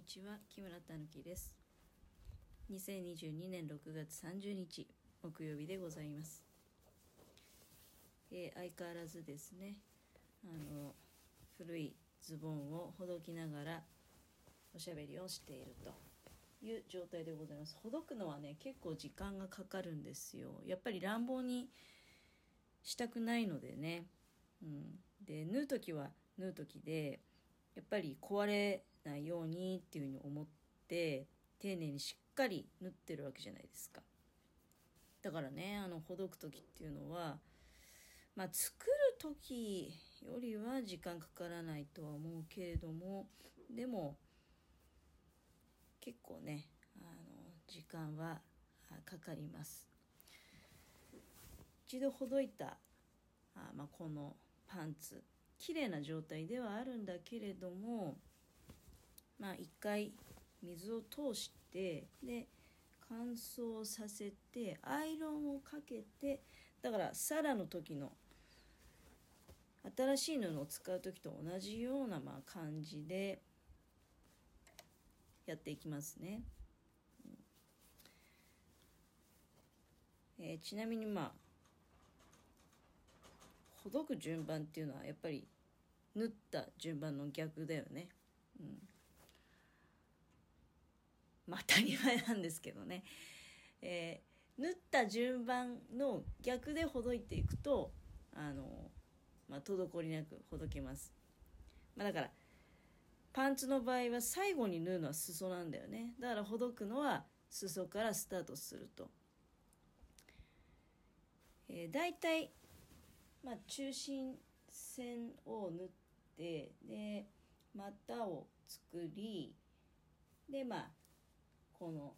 にちは、木村たぬきです。2022年6月30日木曜日でございます。相変わらずですね、古いズボンをほどきながらおしゃべりをしているという状態でございます。ほどくのはね、結構時間がかかるんですよ。やっぱり乱暴にしたくないのでね、で縫う時は縫う時でやっぱり壊れないようにっていうふうに思って丁寧にしっかり縫ってるわけじゃないですか。だからね、ほどく時っていうのは作る時よりは時間かからないとは思うけれども、でも結構ね時間はかかります。一度ほどいたこのパンツ綺麗な状態ではあるんだけれども、一回水を通してで乾燥させてアイロンをかけて、だからサラの時の新しい布を使う時と同じような感じでやっていきますね。ちなみにほどく順番っていうのはやっぱり縫った順番の逆だよね。当たり前なんですけどね、縫った順番の逆でほどいていくと滞りなくほどけます。だからパンツの場合は最後に縫うのは裾なんだよね。だからほどくのは裾からスタートすると、だいたい中心線を縫ってで股を作りでこの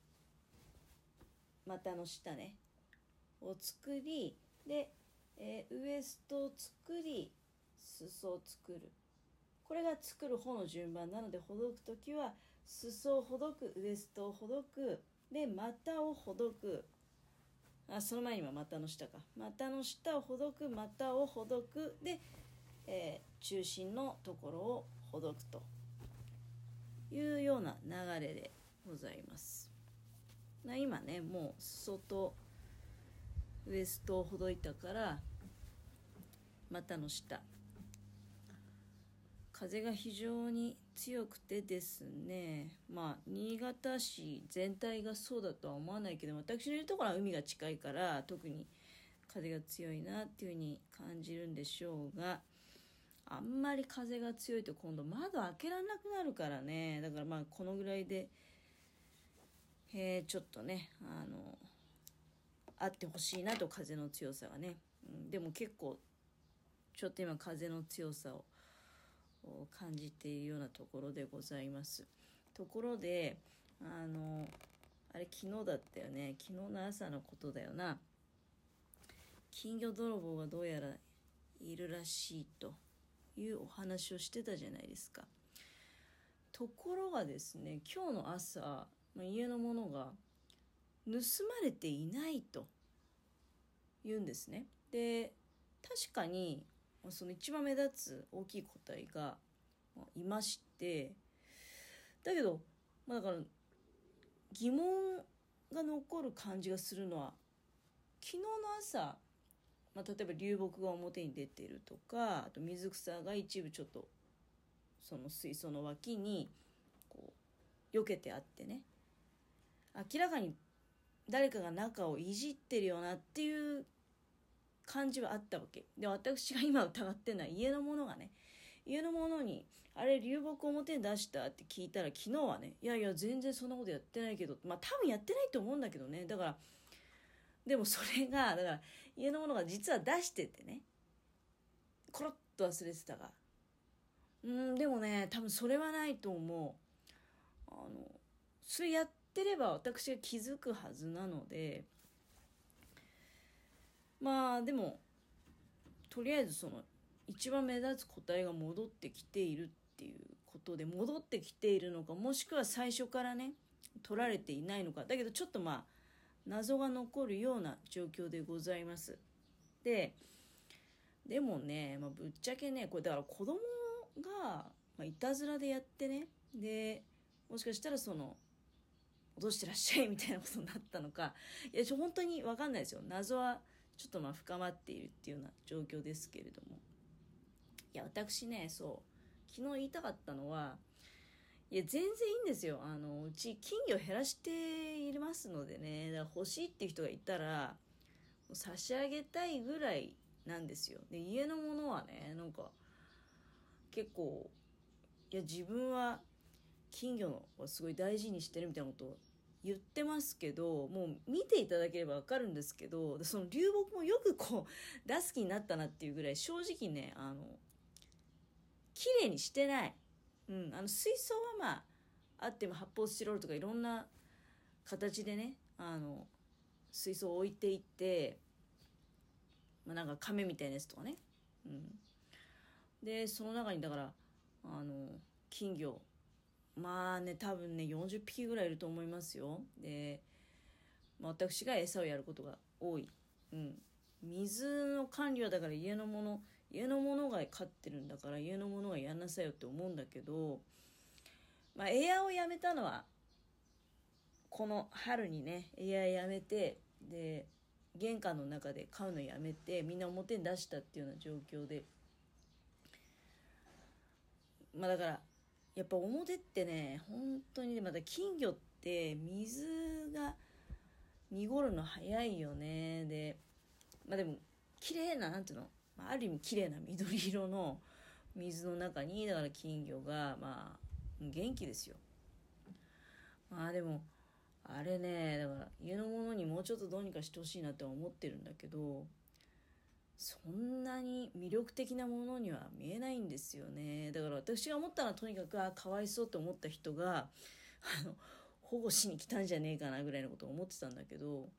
股の下ねを作りで、ウエストを作り裾を作る、これが作る方の順番なので、ほどくときは裾をほどく、ウエストをほどくで股をほどく、その前には股の下をほどく、股をほどくで、中心のところをほどくというような流れでございます。今ねもう裾とウエストをほどいたから股の下、風が非常に強くてですね、新潟市全体がそうだとは思わないけど、私のいるところは海が近いから特に風が強いなっていうふうに感じるんでしょうが、あんまり風が強いと今度窓開けられなくなるからね。だからこのぐらいで、ちょっとねあってほしいなと、風の強さがね、でも結構ちょっと今風の強さを感じているようなところでございます。ところであれ昨日だったよね、昨日の朝のことだよな。金魚泥棒がどうやらいるらしいというお話をしてたじゃないですか。ところがですね、今日の朝、家のものが盗まれていないと言うんですね。で確かにその一番目立つ大きい個体がいまして、だけどだから疑問が残る感じがするのは、昨日の朝、例えば流木が表に出ているとか、あと水草が一部ちょっとその水槽の脇にこう避けてあってね、明らかに誰かが中をいじってるよなっていう感じはあったわけで、私が今疑ってない家のものにあれ流木表に出したって聞いたら、昨日はね、いや全然そんなことやってないけど、多分やってないと思うんだけどね。だからでもそれがだから家のものが実は出しててね、コロッと忘れてたが、でもね多分それはないと思う。それやってれば私が気づくはずなので、でもとりあえずその一番目立つ個体が戻ってきているっていうことで、戻ってきているのか、もしくは最初からね取られていないのか、だけどちょっと謎が残るような状況でございます。でもね、ぶっちゃけね、これだから子供が、いたずらでやってね、でもしかしたら脅してらっしゃいみたいなことになったのか、いや本当に分かんないですよ。謎はちょっと深まっているっていうような状況ですけれども、いや私ね、昨日言いたかったのは、いや全然いいんですよ。うち金魚減らしていますのでね、だから欲しいっていう人がいたら差し上げたいぐらいなんですよ。で家のものはね、なんか結構、いや自分は金魚をすごい大事にしてるみたいなことを言ってますけど、もう見ていただければ分かるんですけど、その流木もよく出す気になったなっていうぐらい正直ね、綺麗にしてない。水槽はあっても発泡スチロールとかいろんな形でね、水槽を置いていって、なんか亀みたいなやつとかね、でその中にだから金魚、多分ね40匹ぐらいいると思いますよ。で、私が餌をやることが多い。水の管理はだから家のものが飼ってるんだから家のものがやんなさいよって思うんだけど、エアをやめたのはこの春にね、エアやめて、で玄関の中で飼うのやめてみんな表に出したっていうような状況で、だからやっぱ表ってね、本当にまた金魚って水が濁るの早いよね。ででも綺麗な、なんていうの、ある意味綺麗な緑色の水の中にだから金魚が元気ですよ。でもあれね、だから家のものにもうちょっとどうにかしてほしいなとは思ってるんだけど、そんなに魅力的なものには見えないんですよね。だから私が思ったのは、とにかくかわいそうと思った人が保護しに来たんじゃねえかなぐらいのことを思ってたんだけど、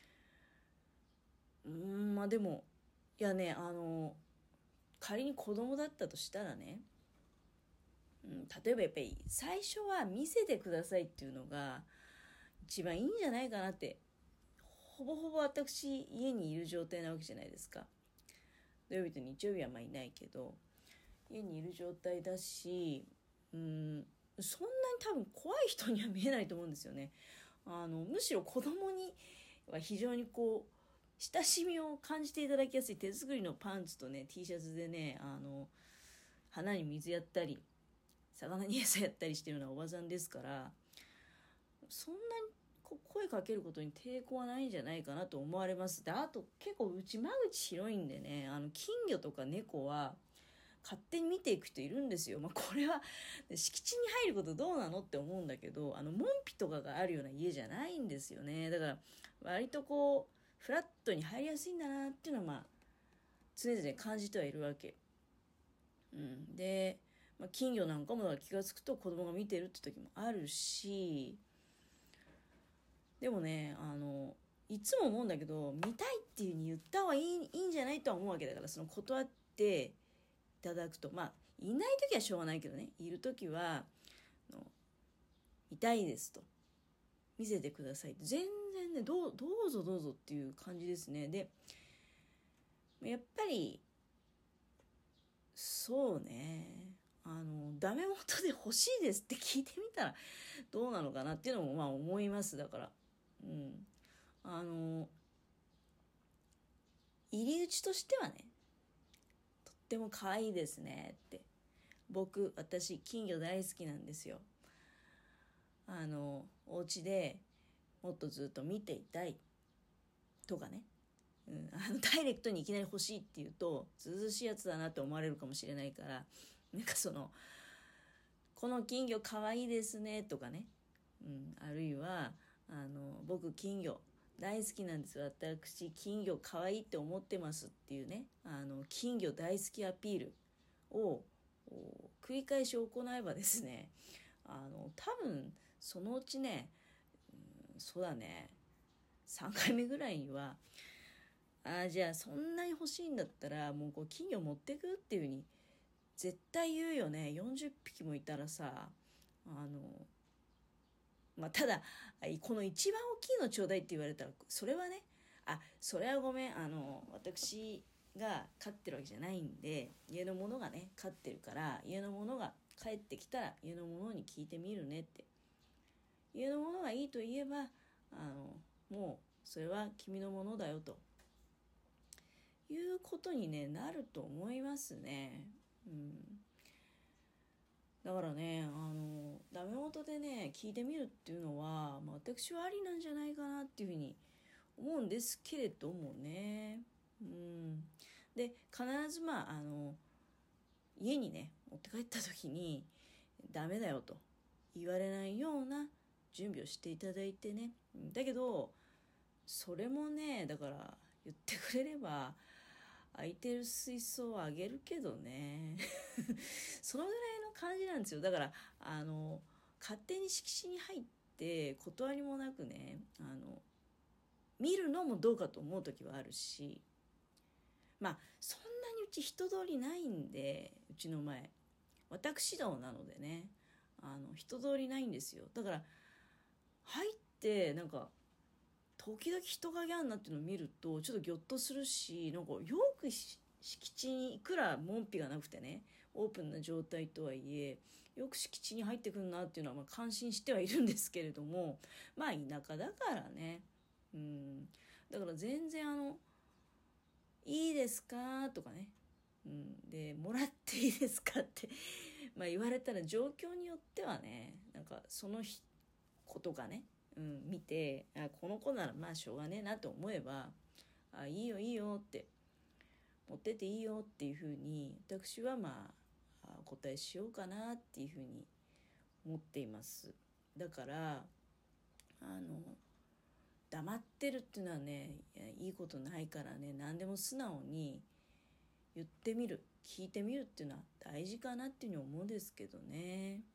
でもいやね、仮に子供だったとしたらね、例えばやっぱり最初は見せてくださいっていうのが一番いいんじゃないかなって。ほぼほぼ私家にいる状態なわけじゃないですか。土曜日と日曜日はいないけど家にいる状態だし、そんなに多分怖い人には見えないと思うんですよね。むしろ子供には非常に親しみを感じていただきやすい手作りのパンツとね T シャツでね、花に水やったり魚に餌やったりしてるようなおばさんですから、そんなに声かけることに抵抗はないんじゃないかなと思われます。であと結構うち間口広いんでね、金魚とか猫は勝手に見ていく人いるんですよ。これは敷地に入ることどうなのって思うんだけど、門扉とかがあるような家じゃないんですよね。だから割とフラットに入りやすいんだなっていうのは常々感じてはいるわけ。で、金魚なんかも気が付くと子供が見てるって時もあるし、でもね、いつも思うんだけど、見たいっていう風に言った方がいいんじゃないとは思うわけだから、断っていただくと、いない時はしょうがないけどね、いる時は見たいですと、見せてくださいって、全然ね、どうぞどうぞっていう感じですね。でやっぱりそうね、ダメ元で欲しいですって聞いてみたらどうなのかなっていうのも思います。だから入り口としてはね、とっても可愛いですねって、私金魚大好きなんですよ。お家でもっとずっと見ていたいとかね、ダイレクトにいきなり欲しいって言うとずうずうしいやつだなって思われるかもしれないから、この金魚可愛いですねとかね、あるいは僕金魚大好きなんです、私金魚可愛いって思ってますっていうね、金魚大好きアピールを繰り返し行えばですね、多分そのうちね、そうだね、3回目ぐらいにはじゃあそんなに欲しいんだったらもう金魚持ってくっていう風に絶対言うよね。40匹もいたらさ、ただこの一番大きいのちょうだいって言われたらそれはね、それはごめん、私が飼ってるわけじゃないんで、家の者がね飼ってるから、家の者が帰ってきたら家の者に聞いてみるねって家のものがいいと言えばもうそれは君のものだよということに、ね、なると思いますね。だからねダメ元でね聞いてみるっていうのは、私はありなんじゃないかなっていうふうに思うんですけれどもね。で必ず家にね持って帰った時にダメだよと言われないような準備をしていただいてね。だけどそれもね、だから言ってくれれば空いてる水槽をあげるけどねそのぐらいの感じなんですよ。だから勝手に敷地に入って断りもなくね見るのもどうかと思う時はあるし、そんなにうち人通りないんで、うちの前私道なのでね人通りないんですよ。だから入ってなんか時々人影あんなっていうのを見るとちょっとギョッとするし、なんかよく敷地にいくら門扉がなくてねオープンな状態とはいえよく敷地に入ってくるなっていうのは感心してはいるんですけれども、田舎だからね。だから全然いいですかとかね、でもらっていいですかって言われたら状況によってはね、なんかそのことがね、見てこの子ならしょうがねえなと思えばいいよいいよって持ってっていいよっていうふうに私はお答えしようかなっていうふうに思っています。だから黙ってるっていうのはねいいことないからね、何でも素直に言ってみる聞いてみるっていうのは大事かなっていうふうに思うんですけどね。